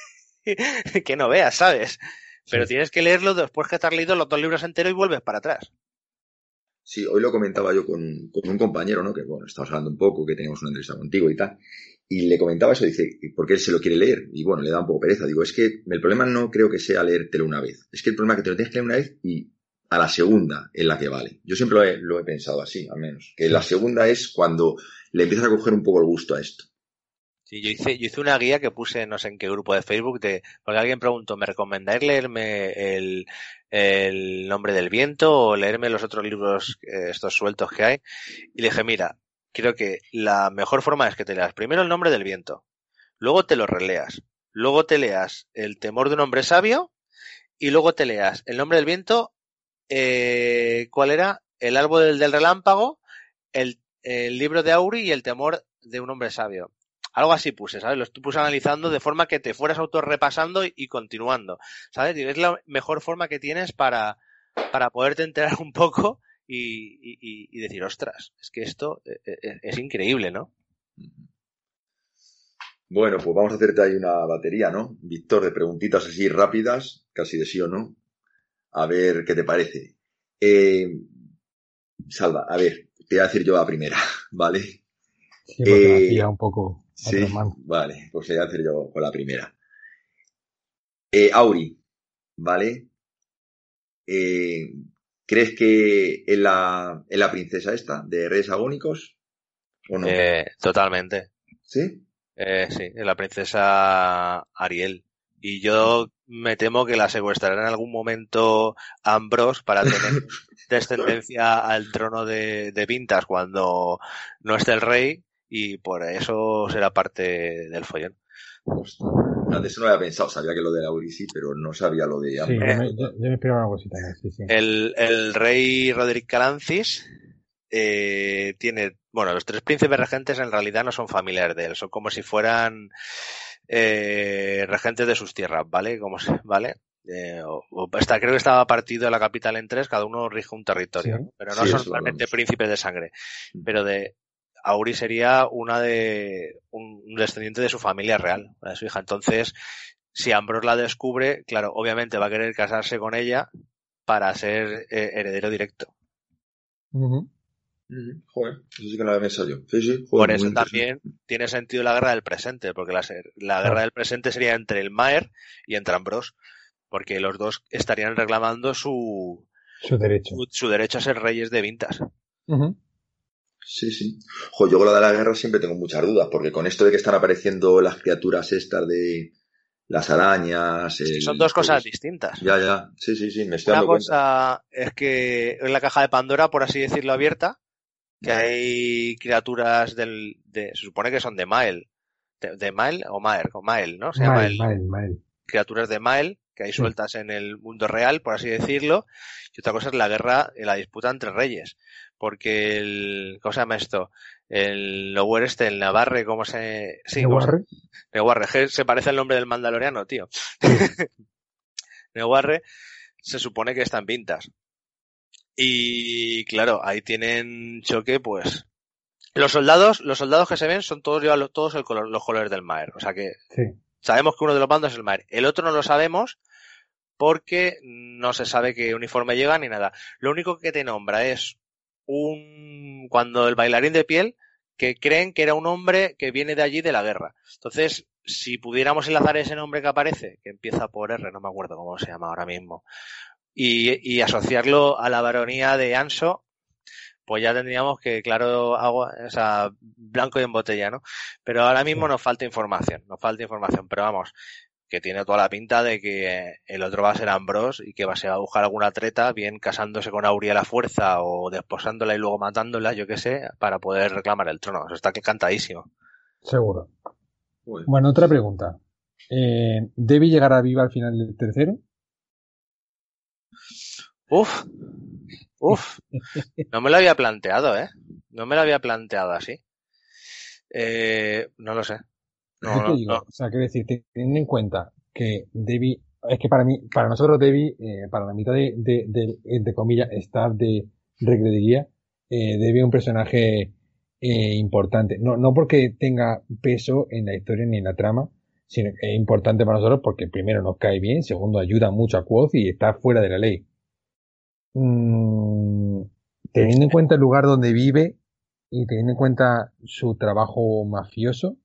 que no veas, ¿sabes? Pero sí. Tienes que leerlo después que te has leído los dos libros enteros y vuelves para atrás. Sí, hoy lo comentaba yo con, con un compañero, ¿no? Que, bueno, estábamos hablando un poco, que teníamos una entrevista contigo y tal. Y le comentaba eso, dice, ¿por qué él se lo quiere leer? Y bueno, le da un poco pereza. Digo, es que el problema no creo que sea leértelo una vez. Es que el problema es que te lo tienes que leer una vez y a la segunda es la que vale. Yo siempre lo he, lo he pensado así, al menos. Que la segunda es cuando le empiezas a coger un poco el gusto a esto. Sí, yo hice, yo hice una guía que puse, no sé en qué grupo de Facebook, de, porque alguien preguntó, ¿me recomendáis leerme el, el Nombre del Viento o leerme los otros libros eh, estos sueltos que hay? Y le dije, mira, creo que la mejor forma es que te leas primero el Nombre del Viento, luego te lo releas, luego te leas El temor de un hombre sabio y luego te leas El Nombre del Viento, eh, ¿cuál era? El árbol del, del relámpago, el, el libro de Auri y El temor de un hombre sabio. Algo así puse, ¿sabes? Lo estoy puse analizando de forma que te fueras autorrepasando y, y continuando, ¿sabes? Y es la mejor forma que tienes para, para poderte enterar un poco y, y, y decir, ostras, es que esto es, es increíble, ¿no? Bueno, pues vamos a hacerte ahí una batería, ¿no? Víctor, de preguntitas así rápidas, casi de sí o no. A ver qué te parece. Eh, Salva, a ver, te voy a decir yo la primera, ¿vale? Sí, porque eh, me un poco... Sí, vale, pues voy a hacer yo con la primera. Eh, Auri, ¿vale? Eh, ¿Crees que es la, es la princesa esta de Reyes Agónicos o no? Eh, totalmente. ¿Sí? Eh, sí, es la princesa Ariel. Y yo me temo que la secuestrará en algún momento Ambrose para tener descendencia al trono de, de Vintas cuando no esté el rey. Y por eso será parte del follón. No, de eso no había pensado. Sabía que lo de Auri sí, pero no sabía lo de... Sí, yo, me, yo, yo me esperaba una cosita. Sí, sí. El, el rey Roderick Calancis eh, tiene... Bueno, los tres príncipes regentes en realidad no son familiares de él. Son como si fueran eh, regentes de sus tierras, ¿vale? Como si, ¿vale? Eh, o, o hasta creo que estaba partido la capital en tres. Cada uno rige un territorio. Sí. Pero no sí, son realmente príncipes de sangre. Pero de... Auri sería una de un, un descendiente de su familia real, de su hija. Entonces, si Ambrose la descubre, claro, obviamente va a querer casarse con ella para ser eh, heredero directo. Uh-huh. Uh-huh. Joder, eso sí que lo había pensado yo. Sí, sí, joder, por eso también tiene sentido la guerra del presente, porque la, la guerra del presente sería entre el Maer y entre Ambrose, porque los dos estarían reclamando su su derecho, su, su derecho a ser reyes de Vintas. Uh-huh. Sí, sí. Jo, yo con lo de la guerra siempre tengo muchas dudas, porque con esto de que están apareciendo las criaturas estas de las arañas... El... Son dos cosas distintas. Ya, ya. Sí, sí, sí, me estoy Una dando cosa cuenta. Es que en la caja de Pandora, por así decirlo, abierta, que hay criaturas del... De, se supone que son de Mael. ¿De, de Mael o Maer? O Mael, ¿no? Se llama Mael, Mael, Mael. Criaturas de Mael, que hay sueltas sí. en el mundo real, por así decirlo. Y otra cosa es la guerra, la disputa entre reyes. Porque el... ¿Cómo se llama esto? El Lower este, el Navarre, ¿cómo se...? Sí, ¿Newarre? Newarre, se parece al nombre del mandaloriano, tío. Newarre se supone que están Vintas. Y claro, ahí tienen choque, pues... Los soldados, los soldados que se ven son todos, llevan todos el color, los colores del Maer. O sea que sí. Sabemos que uno de los bandos es el Maer. El otro no lo sabemos porque no se sabe qué uniforme llega ni nada. Lo único que te nombra es un cuando el bailarín de piel, que creen que era un hombre que viene de allí de la guerra. Entonces, si pudiéramos enlazar ese nombre que aparece, que empieza por R, no me acuerdo cómo se llama ahora mismo, y, y asociarlo a la baronía de Anso, pues ya tendríamos que, claro, agua, o sea, blanco y en botella, ¿no? Pero ahora mismo nos falta información, nos falta información, pero vamos, que tiene toda la pinta de que el otro va a ser Ambrose y que va, se va a buscar alguna treta, bien casándose con Aurea a la fuerza o desposándola y luego matándola, yo qué sé, para poder reclamar el trono. Eso está cantadísimo. Seguro. Uy. Bueno, otra pregunta. Eh, ¿Debbie llegará viva al final del tercero? Uf, uf. No me lo había planteado, ¿eh? No me lo había planteado así. Eh, no lo sé. No, no, digo, no. O sea, quiero decir, teniendo en cuenta que Debbie, es que para mí, para nosotros Debbie, eh, para la mitad de, de, de, de comillas, staff de Recre de Guía, eh, Debbie es un personaje eh, importante. No, no porque tenga peso en la historia ni en la trama, sino que es importante para nosotros porque primero nos cae bien, segundo ayuda mucho a Quoth y está fuera de la ley. Mm, teniendo en cuenta el lugar donde vive y teniendo en cuenta su trabajo mafioso,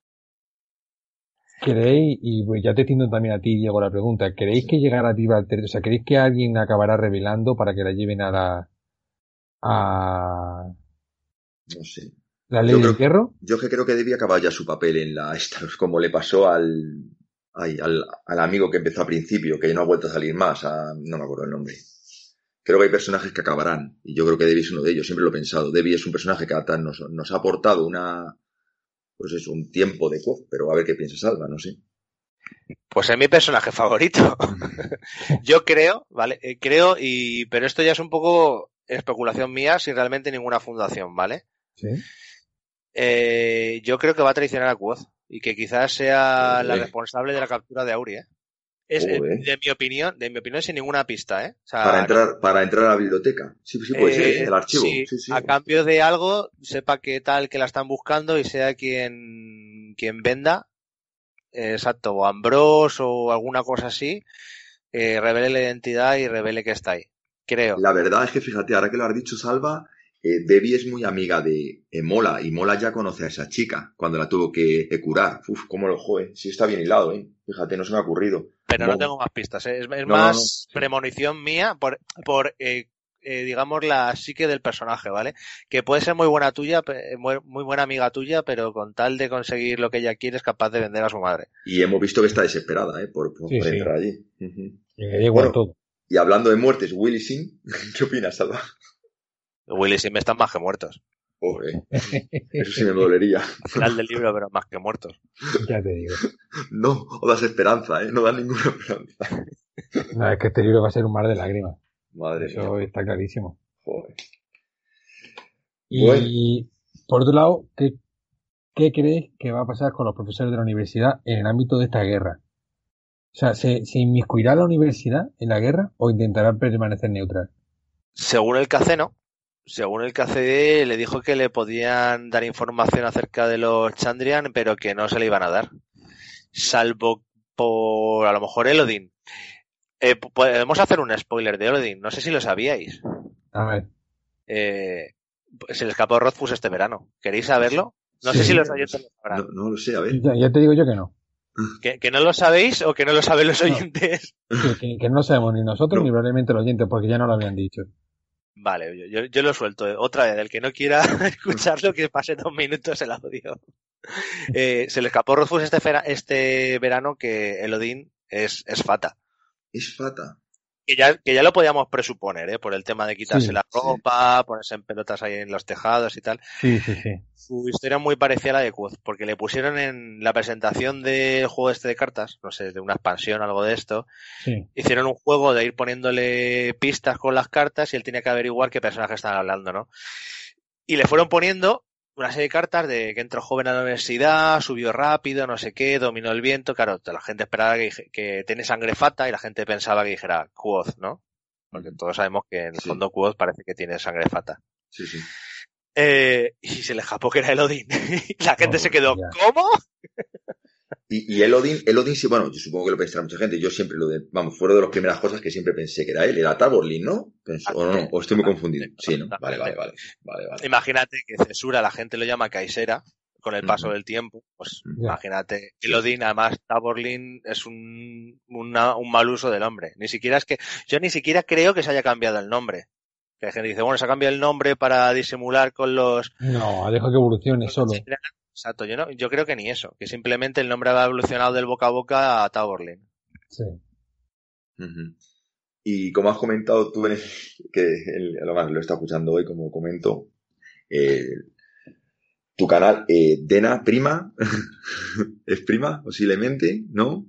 ¿creéis, y pues ya te entiendo también a ti, Diego, la pregunta, ¿creéis que llegará viva al tercero? O sea, ¿creéis que alguien acabará revelando para que la lleven a la a no sé la ley del hierro? Yo que creo que debía acabar ya su papel en la esta, como le pasó al, ay, al al amigo que empezó al principio, que no ha vuelto a salir más, a, no me acuerdo el nombre. Creo que hay personajes que acabarán, y yo creo que Debbie es uno de ellos, siempre lo he pensado. Debbie es un personaje que nos, nos ha aportado una... pues es un tiempo de Quoth, pero a ver qué piensa Salva, no sé. Pues es mi personaje favorito. Yo creo, ¿vale? Eh, creo, y pero esto ya es un poco especulación mía, sin realmente ninguna fundación, ¿vale? Sí. Eh, yo creo que va a traicionar a Quoth y que quizás sea Joder. la responsable de la captura de Aurea. Es, eh, de mi opinión, de mi opinión sin ninguna pista, ¿eh? O sea, para entrar, no, para entrar a la biblioteca. Sí, sí puede eh, ser, el archivo. Sí, sí, sí. A cambio de algo, sepa que tal que la están buscando y sea quien, quien venda, eh, exacto, o Ambrose o alguna cosa así, eh, revele la identidad y revele que está ahí. Creo. La verdad es que fíjate, ahora que lo has dicho, Salva, eh, Debbie es muy amiga de eh, Mola, y Mola ya conoce a esa chica cuando la tuvo que, que curar. Uf, cómo lo joe. Sí está bien hilado, ¿eh? Fíjate, no se me ha ocurrido. Pero no, no tengo más pistas, ¿eh? Es, es no, más no, no. premonición mía por, por eh, eh, digamos, la psique del personaje, ¿vale? Que puede ser muy buena tuya, muy, muy buena amiga tuya, pero con tal de conseguir lo que ella quiere es capaz de vender a su madre. Y hemos visto que está desesperada, ¿eh? Por, por, sí, por sí. entrar allí. Uh-huh. Y, bueno, todo. Y hablando de muertes, Willy Sim, ¿qué opinas, Salva? Willy Sim están más que muertos. Oh, eh. Eso sí me dolería. Al final del libro, pero más que muertos. Ya te digo. No, o das esperanza, ¿eh? No das ninguna esperanza. No, es que este libro va a ser un mar de lágrimas. Madre Eso mía. está clarísimo. Joder. Y bueno. Por otro lado, ¿qué, ¿qué crees que va a pasar con los profesores de la universidad en el ámbito de esta guerra? O sea, ¿se, se inmiscuirá la universidad en la guerra o intentará permanecer neutral? Según el C A C, no. Según el K C D, le dijo que le podían dar información acerca de los Chandrian, pero que no se le iban a dar. Salvo por, a lo mejor, Elodin. Eh, podemos hacer un spoiler de Elodin. No sé si lo sabíais. A ver. Eh, se le escapó Rothfuss este verano. ¿Queréis saberlo? No sí, sé si los oyentes lo sabrán. No, no lo sé, a ver. Ya, ya te digo yo que no. ¿Que, ¿Que no lo sabéis o que no lo saben los oyentes? No. Que, que, que no lo sabemos ni nosotros no. ni probablemente los oyentes, porque ya no lo habían dicho. Vale, yo, yo, yo lo suelto. Otra vez, el que no quiera escucharlo, que pase dos minutos el audio. Eh, se le escapó Rothfuss este, este verano que Elodin es, es Fata. Es Fata. Que ya, que ya lo podíamos presuponer, ¿eh? Por el tema de quitarse sí, la ropa, sí. ponerse en pelotas ahí en los tejados y tal. Sí, sí, sí. Su historia es muy parecida a la de Quoth, porque le pusieron en la presentación del juego este de cartas, no sé, de una expansión o algo de esto, sí. Hicieron un juego de ir poniéndole pistas con las cartas y él tenía que averiguar qué personajes estaban hablando, ¿no? Y le fueron poniendo una serie de cartas de que entró joven a la universidad, subió rápido, no sé qué, dominó el viento. Claro, la gente esperaba que, que tiene sangre Fata y la gente pensaba que dijera Quoth, ¿no? Porque todos sabemos que en el sí. fondo Quoth parece que tiene sangre Fata. Sí, sí. Eh, y se le escapó que era Elodin. La gente oh, se quedó, ya. ¿cómo? Y, y Elodin, Elodin sí, bueno, yo supongo que lo pensará mucha gente. Yo siempre lo de, vamos, fueron de las primeras cosas que siempre pensé que era él. Era Taborlin, ¿no? Pensó, o no, o estoy muy confundido. Sí, ¿no? Vale, vale, vale. vale, vale. Imagínate que Cesura la gente lo llama Kaisera con el paso uh-huh. del tiempo. Pues uh-huh. imagínate. Elodin, además, Taborlin es un, una, un mal uso del nombre. Ni siquiera es que, yo ni siquiera creo que se haya cambiado el nombre. Que hay gente que dice, bueno, se ha cambiado el nombre para disimular con los... No, ha dejado que evolucione solo. Exacto, yo no, yo creo que ni eso, que simplemente el nombre ha evolucionado del boca a boca a Taborlin. Sí. Uh-huh. Y como has comentado tú, en el, que el, lo, lo está escuchando hoy, como comento, eh, tu canal, eh, Dena Prima, ¿es prima? Posiblemente, ¿no?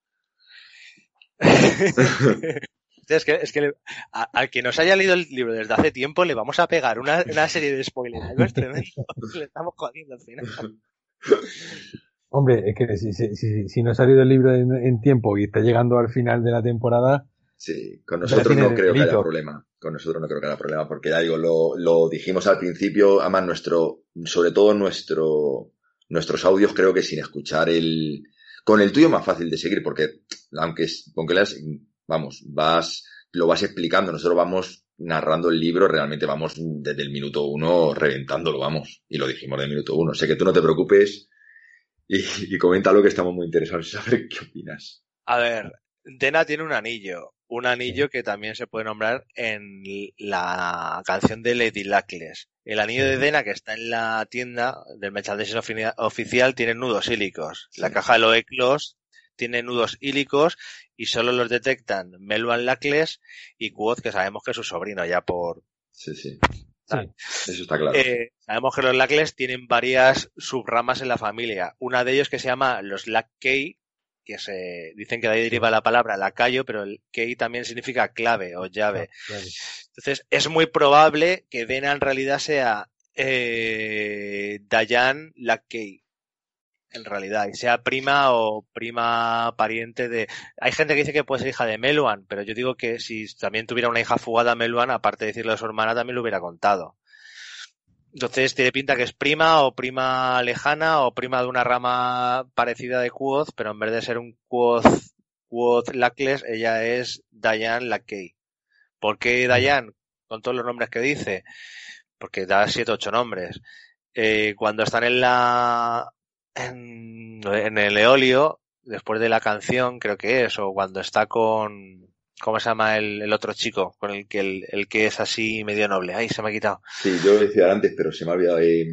Es que, es que le, a, al que nos haya leído el libro desde hace tiempo le vamos a pegar una, una serie de spoilers. Algo es tremendo. Le estamos jodiendo al final. Hombre, es que si, si, si, si no ha salido el libro en, en tiempo y está llegando al final de la temporada... Sí, con nosotros no creo que haya problema. Con nosotros no creo que haya problema, porque ya digo, lo, lo dijimos al principio, además nuestro, sobre todo nuestro, nuestros audios creo que sin escuchar el... Con el tuyo más fácil de seguir, porque aunque, aunque leas... Vamos, vas, lo vas explicando, nosotros vamos narrando el libro, realmente vamos desde el minuto uno reventándolo, vamos, y lo dijimos del minuto uno. Sé que tú no te preocupes y, y coméntalo, que estamos muy interesados en saber qué opinas. A ver, Dena tiene un anillo, un anillo que también se puede nombrar en la canción de Lady Luckles. El anillo de Dena que está en la tienda del merchandising oficial tiene nudos ílicos. Sí. La caja de los eclos tiene nudos ílicos y solo los detectan Meluan Luckles y Quoth, que sabemos que es su sobrino ya por... Sí, sí. sí. Eso está claro. Eh, sabemos que los Luckles tienen varias subramas en la familia. Una de ellos que se llama los Luck-Key, que se dicen que de ahí deriva la palabra lacayo, pero el Key también significa clave o llave. Ah, claro. Entonces, es muy probable que Dena en realidad sea eh, Dayan Luck-Key. En realidad, y sea prima o prima pariente de... Hay gente que dice que puede ser hija de Meluan, pero yo digo que si también tuviera una hija fugada Meluan, aparte de decirle a su hermana, también lo hubiera contado. Entonces tiene pinta que es prima o prima lejana o prima de una rama parecida de Quoth, pero en vez de ser un Quoth, Quoth Luckles, ella es Dayan Luck-Key. ¿Por qué Dayan? Con todos los nombres que dice. Porque da siete o ocho nombres. Eh, cuando están en la... En, en el Eolio, después de la canción, creo que es, o cuando está con, ¿cómo se llama el, el otro chico? Con el que el, el que es así medio noble. Ay, se me ha quitado. Sí, yo lo decía antes, pero se me ha olvidado. Eh...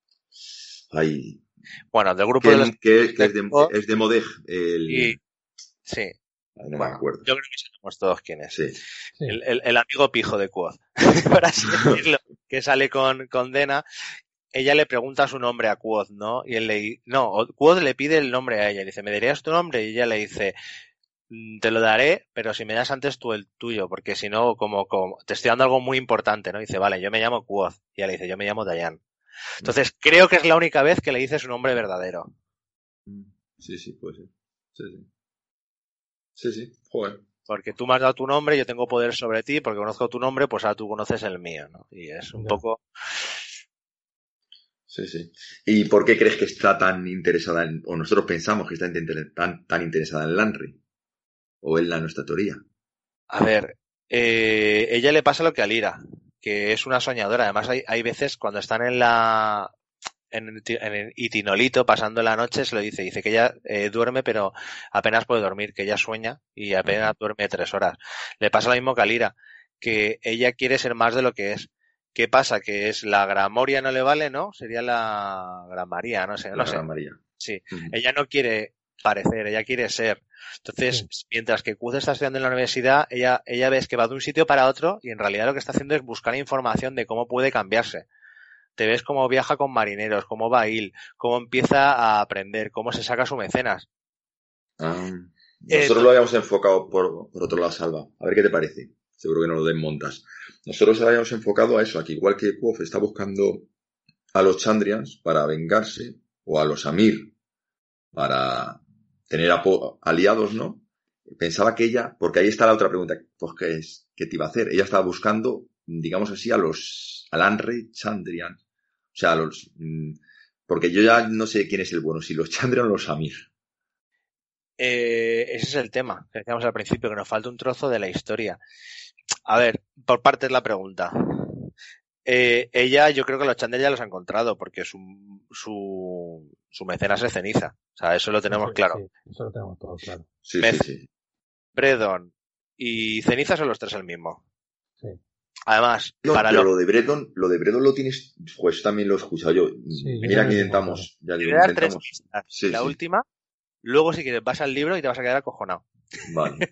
Ay. Bueno, del grupo que, de los... Que, que es, de, es de Modej. El... Y... Sí. Ay, no bueno, me acuerdo. Yo creo que sabemos todos quién es. Sí. sí. El, el, el amigo pijo de Quoth, por así decirlo, que sale con, con Dena. Ella le pregunta su nombre a Quoth, ¿no? Y él le no, Quoth le pide el nombre a ella. Le dice, ¿me darías tu nombre? Y ella le dice, te lo daré, pero si me das antes tú el tuyo, porque si no, como, como te estoy dando algo muy importante, ¿no? Y dice, vale, yo me llamo Quoth. Y ella le dice, yo me llamo Dayan. Entonces, creo que es la única vez que le dice su nombre verdadero. Sí, sí, puede ser. Sí, sí. Sí, sí, joder. Porque tú me has dado tu nombre, yo tengo poder sobre ti, porque conozco tu nombre, pues ahora tú conoces el mío, ¿no? Y es un no. poco... Sí, sí. ¿Y por qué crees que está tan interesada en, o nosotros pensamos que está tan, tan interesada en Lanry? ¿O en la nuestra teoría? A ver, eh, ella le pasa lo que a Lyra, que es una soñadora. Además hay, hay veces cuando están en la, en, en el Itinolito pasando la noche, se lo dice, dice que ella eh, duerme pero apenas puede dormir, que ella sueña y apenas duerme tres horas. Le pasa lo mismo que a Lyra, que ella quiere ser más de lo que es. ¿Qué pasa? Que es la Gramoria no le vale, ¿no? Sería la Gran María, no sé, no la sé. Gran María. Sí. Uh-huh. Ella no quiere parecer, ella quiere ser. Entonces, sí. mientras que Quoth está estudiando en la universidad, ella, ella ves que va de un sitio para otro y en realidad lo que está haciendo es buscar información de cómo puede cambiarse. Te ves cómo viaja con marineros, cómo va a ir, cómo empieza a aprender, cómo se saca su mecenas. Ah, nosotros eh, lo habíamos enfocado por, por otro lado, Salva. A ver qué te parece. Seguro que no lo desmontas. Nosotros habíamos enfocado a eso, a que igual que Quoth está buscando a los Chandrians para vengarse, o a los Amir para tener aliados, ¿no? Pensaba que ella, porque ahí está la otra pregunta, pues ¿qué es? ¿Qué te iba a hacer? Ella estaba buscando, digamos así, a los Alanre Chandrian. O sea, a los... Porque yo ya no sé quién es el bueno, si los Chandrian o los Amir. eh, ese es el tema que decíamos al principio, que nos falta un trozo de la historia. A ver, por partes la pregunta. Eh, ella, yo creo que los Chandler ya los ha encontrado, porque su, su, su mecenas es Ceniza. O sea, eso lo tenemos Sí, claro. sí, eso lo tenemos todo claro. Sí, Mec- sí, sí. Bredon y Ceniza son los tres el mismo. Sí. Además, No, para pero lo lo de Bredon, lo de Bredon lo tienes, pues también lo he escuchado yo. Sí, yo Mira también que lo tengo intentamos, ya digo, voy a dar tres intentamos. pistas. Sí, la sí. última, luego si quieres vas al libro y te vas a quedar acojonado. Vale,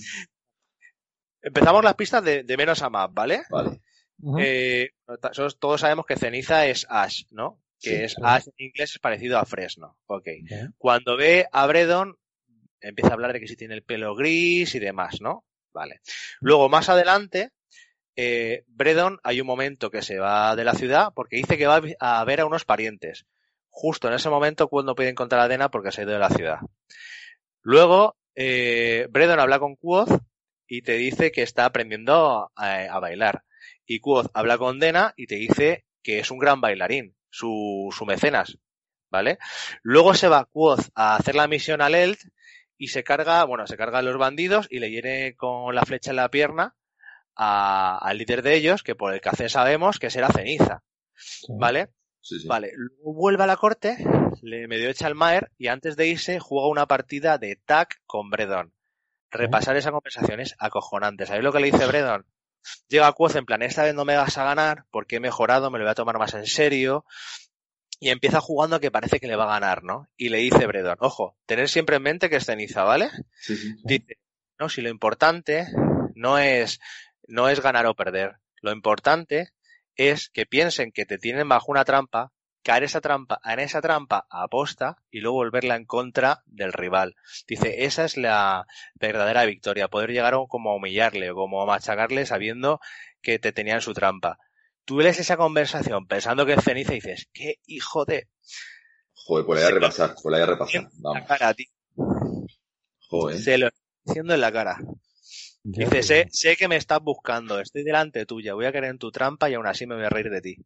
Empezamos las pistas de, de menos a más, ¿vale? vale. Ujú. Eh, todos todos sabemos que Ceniza es Ash, ¿no? Que Sí, es sí. Ash en inglés es parecido a Fresno. Ok. Sí. Cuando ve a Bredon, empieza a hablar de que si tiene el pelo gris y demás, ¿no? Vale. Luego, más adelante, eh, Bredon, hay un momento que se va de la ciudad porque dice que va a vi- a ver a unos parientes. Justo en ese momento, cuando puede encontrar a Dena porque se ha ido de la ciudad. Luego, eh, Bredon habla con Quoth y te dice que está aprendiendo a, a bailar. Y Quoth habla con Dena y te dice que es un gran bailarín, su, su mecenas, ¿vale? Luego se va Quoth a hacer la misión al Eld y se carga, bueno, se carga a los bandidos y le hiere con la flecha en la pierna a- al líder de ellos, que por el café sabemos que será Ceniza, Sí. ¿vale? Sí, sí. Vale, luego vuelve a la corte, le medio echa el Maer y antes de irse juega una partida de tag con Bredon. Repasar esa conversación es acojonante. ¿Sabéis lo que le dice Bredon? Llega a Quoth en plan, esta vez no me vas a ganar porque he mejorado, me lo voy a tomar más en serio. Y empieza jugando que parece que le va a ganar, ¿no? Y le dice Bredon, ojo, tener siempre en mente que es Ceniza, ¿vale? Sí, sí. Dice, no, si lo importante no es, no es ganar o perder. Lo importante es que piensen que te tienen bajo una trampa, caer esa trampa, en esa trampa a aposta y luego volverla en contra del rival. Dice, esa es la verdadera victoria, poder llegar a como a humillarle o como a machacarle sabiendo que te tenía en su trampa. Tú lees esa conversación pensando que es Ceniza y dices, qué hijo de... Joder, pues la voy a repasar, pues la voy a repasar. La Vamos. cara, tío. Joder. Se lo estoy diciendo en la cara. Ya, Dice, pues, sé, sé que me estás buscando, estoy delante tuya, voy a caer en tu trampa y aún así me voy a reír de ti.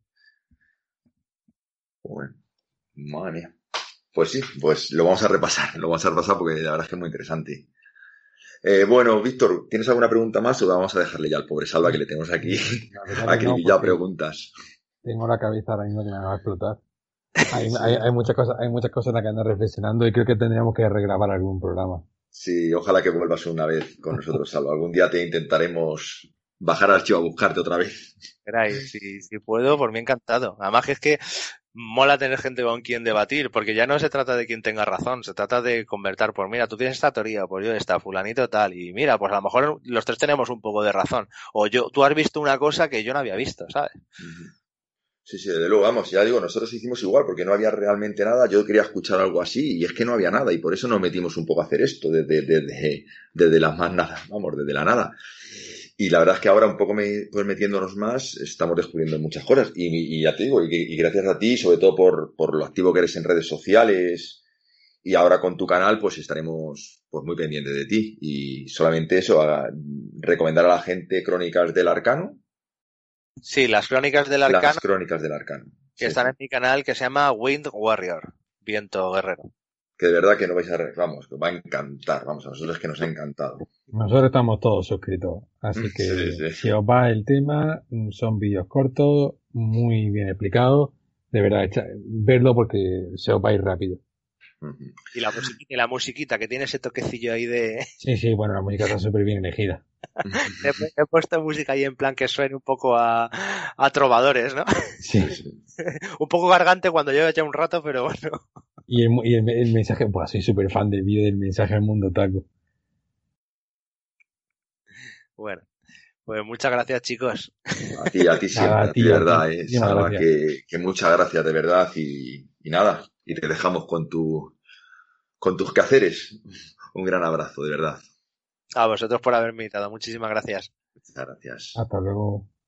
Joder. Madre mía. Pues sí, pues lo vamos a repasar, lo vamos a repasar porque la verdad es que es muy interesante. Eh, bueno, Víctor, ¿tienes alguna pregunta más o vamos a dejarle ya al pobre Salva que le tenemos aquí la verdad que no, acribillado porque preguntas? tengo la cabeza ahora mismo que me va a explotar. Hay, hay, hay muchas cosas, hay muchas cosas en las que ando reflexionando y creo que tendríamos que regrabar algún programa. Sí, ojalá que vuelvas una vez con nosotros, Salva. Algún día te intentaremos bajar al archivo a buscarte otra vez. Caray, si, si puedo, por mí encantado. Además que es que mola tener gente con quien debatir, porque ya no se trata de quien tenga razón, se trata de convertir, pues mira, tú tienes esta teoría, pues yo esta, fulanito tal, y mira, pues a lo mejor los tres tenemos un poco de razón. O yo, tú has visto una cosa que yo no había visto, ¿sabes? Sí, sí, desde luego, vamos, ya digo, nosotros hicimos igual porque no había realmente nada, yo quería escuchar algo así y es que no había nada y por eso nos metimos un poco a hacer esto desde, desde, desde las más nada, vamos, desde la nada. Y la verdad es que ahora un poco me, pues metiéndonos más estamos descubriendo muchas cosas y, y ya te digo, y, y gracias a ti, sobre todo por, por lo activo que eres en redes sociales y ahora con tu canal pues estaremos pues muy pendientes de ti y solamente eso, a recomendar a la gente Crónicas del Arcano. Sí, las crónicas del Arcano. Las crónicas del Arcano. Que Sí, están sí. en mi canal que se llama Wind Warrior, Viento Guerrero. Que de verdad que no vais a... Vamos, que os va a encantar. Vamos, a nosotros es que nos ha encantado. Nosotros estamos todos suscritos, así que Sí, sí. si os va el tema, son vídeos cortos, muy bien explicados, de verdad, echa- verlo porque se os va a ir rápido. Y la musiquita, y la musiquita que tiene ese toquecillo ahí de... Sí, sí, bueno, la música está súper bien elegida. he, he puesto música ahí en plan que suene un poco a, a trovadores, ¿no? Sí. Un poco gargante cuando lleva ya un rato, pero bueno. Y el, y el, el mensaje, pues soy súper fan del vídeo del mensaje al mundo taco. Bueno, pues muchas gracias, chicos. A ti, a ti siempre, Nada, a a ti, ti, de a verdad, ti. eh, Muchísimas Salva, gracias. que, que muchas gracias, de verdad, y, y nada, y te dejamos con tu, con tus quehaceres. Un gran abrazo, de verdad. A vosotros por haberme invitado. Muchísimas gracias. Muchas gracias. Hasta luego.